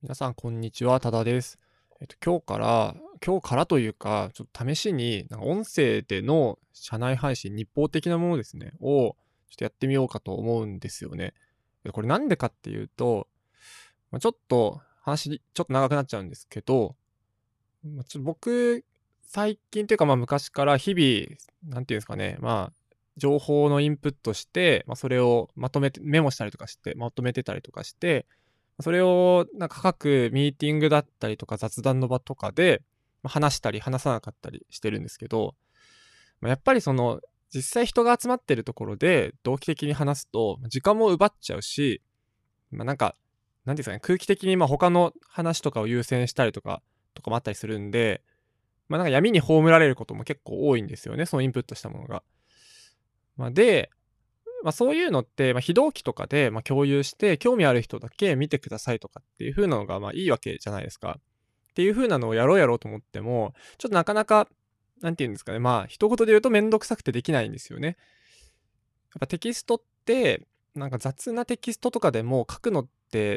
皆さん、こんにちは。多田です。今日からというか、ちょっと試しに、音声での社内配信、日報的なものですね、をちょっとやってみようかと思うんですよね。でこれなんでかっていうと、ちょっと話、ちょっと長くなっちゃうんですけど、僕、最近というか、昔から日々、なんていうんですかね、情報のインプットして、それをまとめて、メモしたりとかして、まとめてたりとかして、それを各ミーティングだったりとか雑談の場とかで、話したり話さなかったりしてるんですけど、やっぱり実際人が集まってるところで同期的に話すと、時間も奪っちゃうし、なんていうんですかね、空気的に他の話とかを優先したりとかもあったりするんで、闇に葬られることも結構多いんですよね、そのインプットしたものが。で、そういうのって、非同期とかで、共有して、興味ある人だけ見てくださいとかっていう風なのが、いいわけじゃないですか。っていう風なのをやろうと思っても、ちょっとなかなか、なんて言うんですかね、一言で言うとめんどくさくてできないんですよね。やっぱテキストって、雑なテキストとかでも書くのって、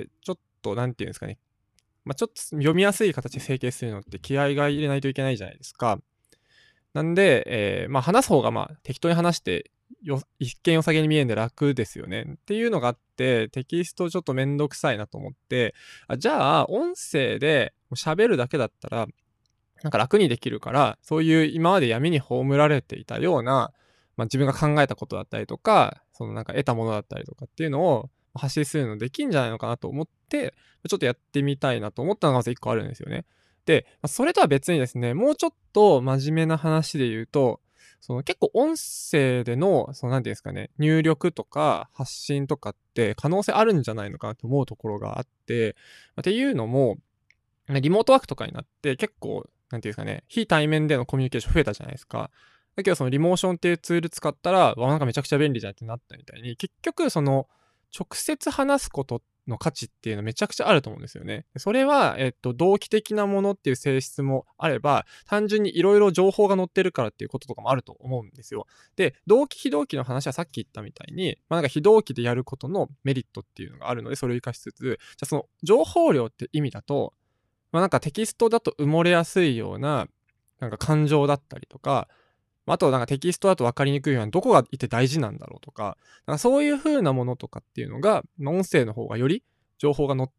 ちょっとなんて言うんですかね、ちょっと読みやすい形で整形するのって気合が入れないといけないじゃないですか。なんで、話す方が適当に話して、一見良さげに見えるんで楽ですよね。っていうのがあって、テキストちょっとめんどくさいなと思って、じゃあ、音声で喋るだけだったら、楽にできるから、そういう今まで闇に葬られていたような、自分が考えたことだったりとか、得たものだったりとかっていうのを発信するのできんじゃないのかなと思って、ちょっとやってみたいなと思ったのがまず1個あるんですよね。で、それとは別にですね、もうちょっと真面目な話で言うと、結構音声での、なんていうんですかね、入力とか発信とかって可能性あるんじゃないのかなと思うところがあって、っていうのも、リモートワークとかになって結構、なんていうんですかね、非対面でのコミュニケーション増えたじゃないですか。だけどそのリモーションっていうツール使ったら、めちゃくちゃ便利じゃんってなったみたいに、結局直接話すことの価値っていうのめちゃくちゃあると思うんですよね。それは、同期的なものっていう性質もあれば、単純にいろいろ情報が載ってるからっていうこととかもあると思うんですよ。で、同期非同期の話はさっき言ったみたいに、非同期でやることのメリットっていうのがあるので、それを活かしつつ、じゃあその情報量って意味だと、テキストだと埋もれやすいような、感情だったりとか、あとテキストだと分かりにくいようなどこがいて大事なんだろうとか、そういう風なものとかっていうのが、音声の方がより情報が載って、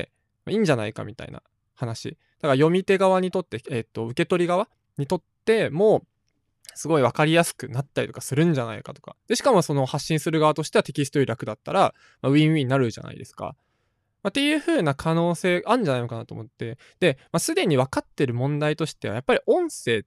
いいんじゃないかみたいな話。だから読み手側にとって、受け取り側にとっても、すごい分かりやすくなったりとかするんじゃないかとか。で、しかもその発信する側としてはテキストより楽だったら、ウィンウィンになるじゃないですか。っていう風な可能性あんじゃないのかなと思って。で、すでに分かってる問題としては、やっぱり音声って、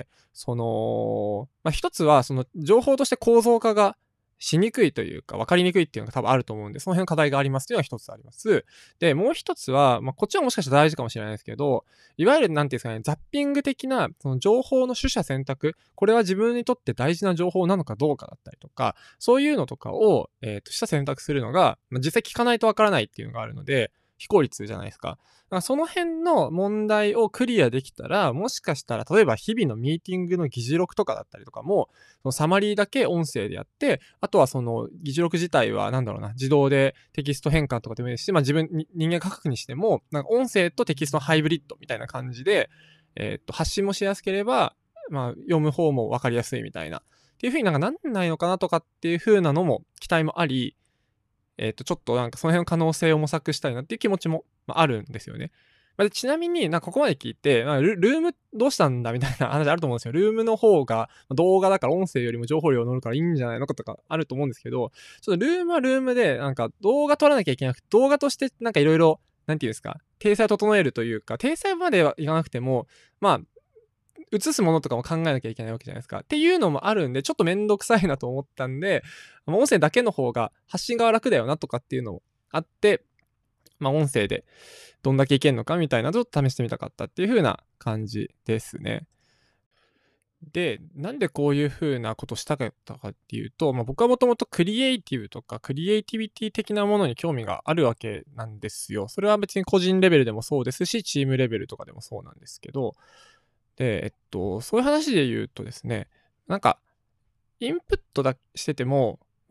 一つはその情報として構造化がしにくいというか、分かりにくいっていうのが多分あると思うんで、その辺の課題がありますっていうのが一つあります。で、もう一つは、こっちはもしかしたら大事かもしれないですけど、いわゆるなんていうんですかね、ザッピング的な、その情報の取捨選択、これは自分にとって大事な情報なのかどうかだったりとか、そういうのとかを、した選択するのが、実際聞かないとわからないっていうのがあるので、非効率じゃないですか。だからその辺の問題をクリアできたら、もしかしたら例えば日々のミーティングの議事録とかだったりとかも、そのサマリーだけ音声でやって、あとはその議事録自体は自動でテキスト変換とかでもいいですし、人間が書くにしても、音声とテキストのハイブリッドみたいな感じで、発信もしやすければ、読む方もわかりやすいみたいな。っていう風になんないのかなとかっていう風なのも期待もあり、ちょっとその辺の可能性を模索したいなっていう気持ちも、あるんですよね。で、ちなみにここまで聞いて、ルームどうしたんだみたいな話あると思うんですよ。ルームの方が、動画だから音声よりも情報量乗るからいいんじゃないのかとかあると思うんですけど、ちょっとルームはルームで、動画撮らなきゃいけなくて、動画としていろいろ、なんていうんですか、体裁を整えるというか、体裁まではいかなくても、映すものとかも考えなきゃいけないわけじゃないですか。っていうのもあるんで、ちょっとめんどくさいなと思ったんで、音声だけの方が発信が楽だよなとかっていうのもあって、音声でどんだけいけんのかみたいなちょっと試してみたかったっていう風な感じですね。で、なんでこういう風なことしたかったかっていうと、僕はもともとクリエイティブとかクリエイティビティ的なものに興味があるわけなんですよ。それは別に個人レベルでもそうですし、チームレベルとかでもそうなんですけど、で、そういう話で言うとですね、インプットしてても、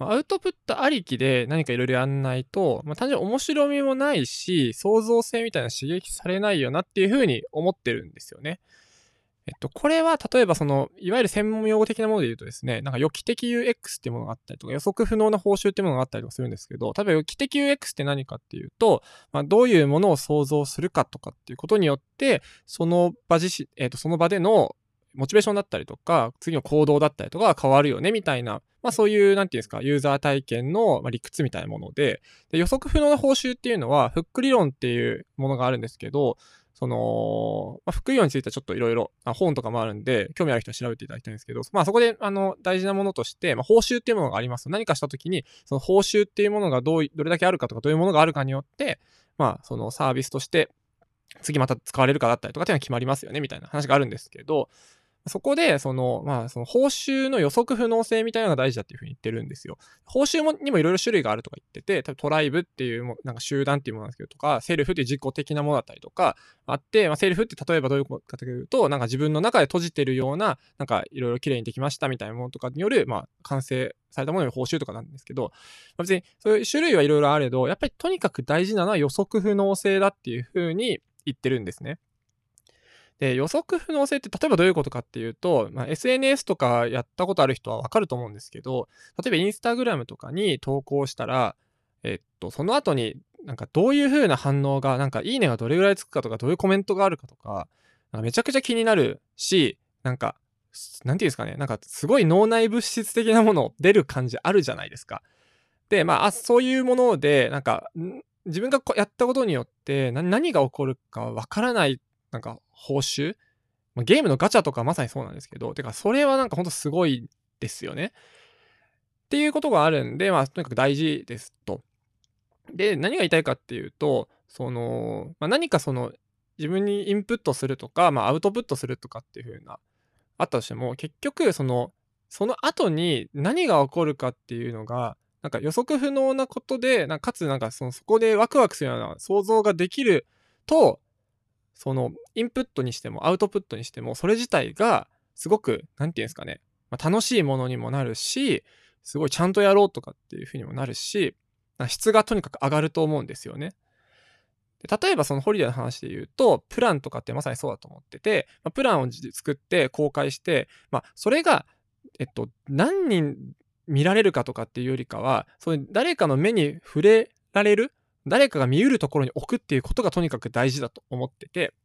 アウトプットありきで何かいろいろやんないと、単純に面白みもないし、創造性みたいな刺激されないよなっていう風に思ってるんですよね。これは例えばいわゆる専門用語的なもので言うとですね、なんか予期的 UX っていうものがあったりとか、予測不能な報酬っていうものがあったりとかするんですけど、例えば予期的 UX って何かっていうと、どういうものを想像するかとかっていうことによって、その場自身、その場でのモチベーションだったりとか、次の行動だったりとかが変わるよねみたいな、そういう、なんていうんですか、ユーザー体験の理屈みたいなもので、予測不能な報酬っていうのは、フック理論っていうものがあるんですけど、フック理論についてはちょっといろいろ、本とかもあるんで、興味ある人は調べていただきたいんですけど、そこで、大事なものとして、報酬っていうものがあります。何かしたときに、その報酬っていうものがどれだけあるかとか、どういうものがあるかによって、そのサービスとして、次また使われるかだったりとかっていうのは決まりますよね、みたいな話があるんですけど、そこで、その報酬の予測不能性みたいなのが大事だっていう風に言ってるんですよ。報酬にもいろいろ種類があるとか言ってて、トライブっていうなんか集団っていうものなんですけどとか、セルフっていう自己的なものだったりとかあって、セルフって例えばどういうことかというと、なんか自分の中で閉じてるような、なんかいろいろ綺麗にできましたみたいなものとかによる、完成されたものの報酬とかなんですけど、別にそういう種類はいろいろあれど、やっぱりとにかく大事なのは予測不能性だっていう風に言ってるんですね。で、予測不能性って例えばどういうことかっていうと、SNS とかやったことある人はわかると思うんですけど、例えばインスタグラムとかに投稿したら、その後になんかどういう風な反応が、なんかいいねがどれぐらいつくかとか、どういうコメントがあるかとか、なんかめちゃくちゃ気になるし、なんか、なんていうんですかね、なんかすごい脳内物質的なもの出る感じあるじゃないですか。で、そういうもので、なんか、自分がやったことによって、何が起こるかわからない、なんか報酬、ゲームのガチャとかまさにそうなんですけど、てかそれはなんかほんとすごいですよね。っていうことがあるんで、とにかく大事ですと。で、何が言いたいかっていうと、何か自分にインプットするとか、アウトプットするとかっていう風な、あったとしても、結局その後に何が起こるかっていうのが、なんか予測不能なことで、かつなんかそこでワクワクするような想像ができると、インプットにしてもアウトプットにしても、それ自体がすごく、なんていうんですかね、楽しいものにもなるし、すごいちゃんとやろうとかっていう風にもなるし、質がとにかく上がると思うんですよね。で、例えばそのホリデーの話で言うと、プランとかってまさにそうだと思ってて、プランを作って公開して、それが、何人見られるかとかっていうよりかは、そういう誰かの目に触れられる、誰かが見うるところに置くっていうことがとにかく大事だと思ってて、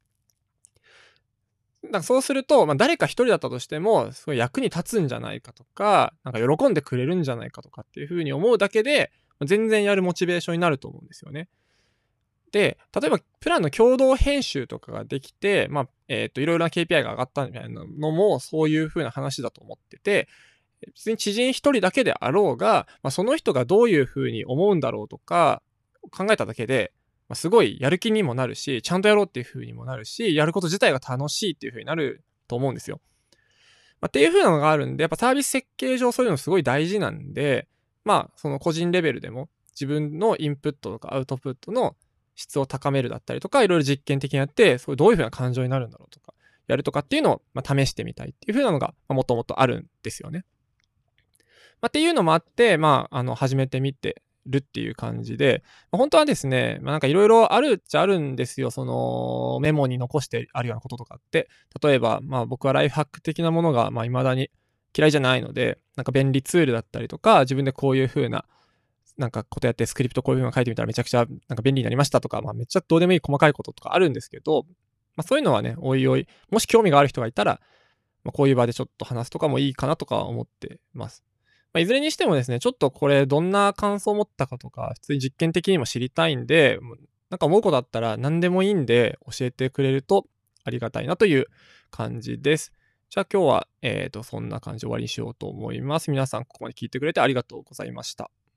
そうすると、誰か一人だったとしても、すごい役に立つんじゃないかとか、なんか喜んでくれるんじゃないかとかっていう風に思うだけで、全然やるモチベーションになると思うんですよね。で、例えばプランの共同編集とかができて、いろいろな KPI が上がったみたいなのも、そういう風な話だと思ってて、別に知人一人だけであろうが、その人がどういう風に思うんだろうとか、考えただけで、すごいやる気にもなるし、ちゃんとやろうっていう風にもなるし、やること自体が楽しいっていう風になると思うんですよ。っていう風なのがあるんで、やっぱサービス設計上そういうのすごい大事なんで、その個人レベルでも、自分のインプットとかアウトプットの質を高めるだったりとか、いろいろ実験的にやって、どういう風な感情になるんだろうとか、やるとかっていうのを、試してみたいっていう風なのが、もともとあるんですよね。っていうのもあって、始めてみてるっていう感じで、本当はですね、なんかいろいろあるっちゃあるんですよ。メモに残してあるようなこととかって。例えば、僕はライフハック的なものが、未だに嫌いじゃないので、なんか便利ツールだったりとか、自分でこういう風な、なんかことやってスクリプトこういう風な書いてみたらめちゃくちゃなんか便利になりましたとか、めっちゃどうでもいい細かいこととかあるんですけど、そういうのはね、おいおい、もし興味がある人がいたら、こういう場でちょっと話すとかもいいかなとか思ってます。いずれにしてもですね、ちょっとこれどんな感想を持ったかとか、普通に実験的にも知りたいんで、なんか思うことあったら何でもいいんで教えてくれるとありがたいなという感じです。じゃあ今日は、そんな感じで終わりにしようと思います。皆さんここまで聞いてくれてありがとうございました。